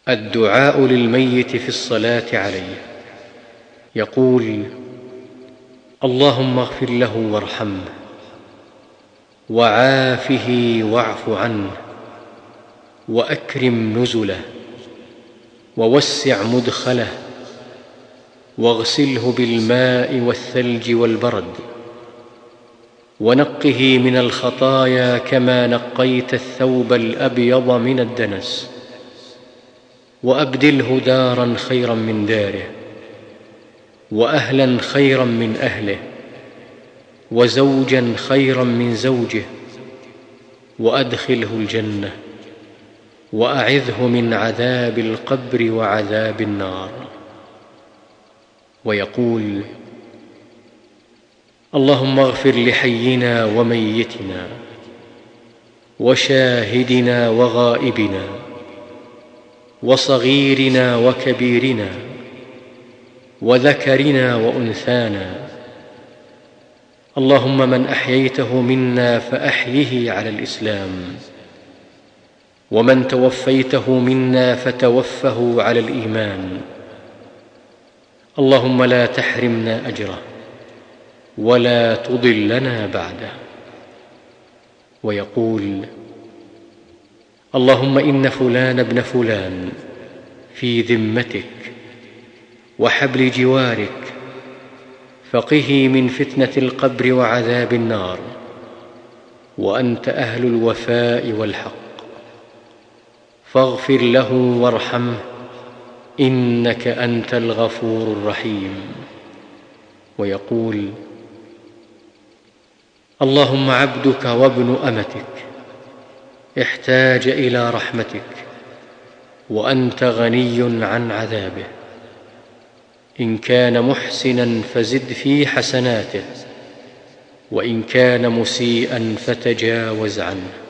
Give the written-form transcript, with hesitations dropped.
الدعاء للميت في الصلاة عليه. يقول: اللهم اغفر له وارحمه وعافه واعف عنه وأكرم نزله ووسع مدخله واغسله بالماء والثلج والبرد ونقه من الخطايا كما نقيت الثوب الأبيض من الدنس، وأبدله دارا خيرا من داره وأهلا خيرا من أهله وزوجا خيرا من زوجه، وأدخله الجنة وأعذه من عذاب القبر وعذاب النار. ويقول: اللهم اغفر لحينا وميتنا وشاهدنا وغائبنا وصغيرنا وكبيرنا وذكرنا وأنثانا. اللهم من أحييته منا فأحيه على الإسلام، ومن توفيته منا فتوفه على الإيمان. اللهم لا تحرمنا أجره ولا تضلنا بعده. ويقول: اللهم إن فلان ابن فلان في ذمتك وحبل جوارك، فقه من فتنة القبر وعذاب النار، وأنت أهل الوفاء والحق، فاغفر له وارحمه إنك أنت الغفور الرحيم. ويقول: اللهم عبدك وابن أمتك احتاج إلى رحمتك وأنت غني عن عذابه، إن كان محسنا فزد في حسناته، وإن كان مسيئا فتجاوز عنه.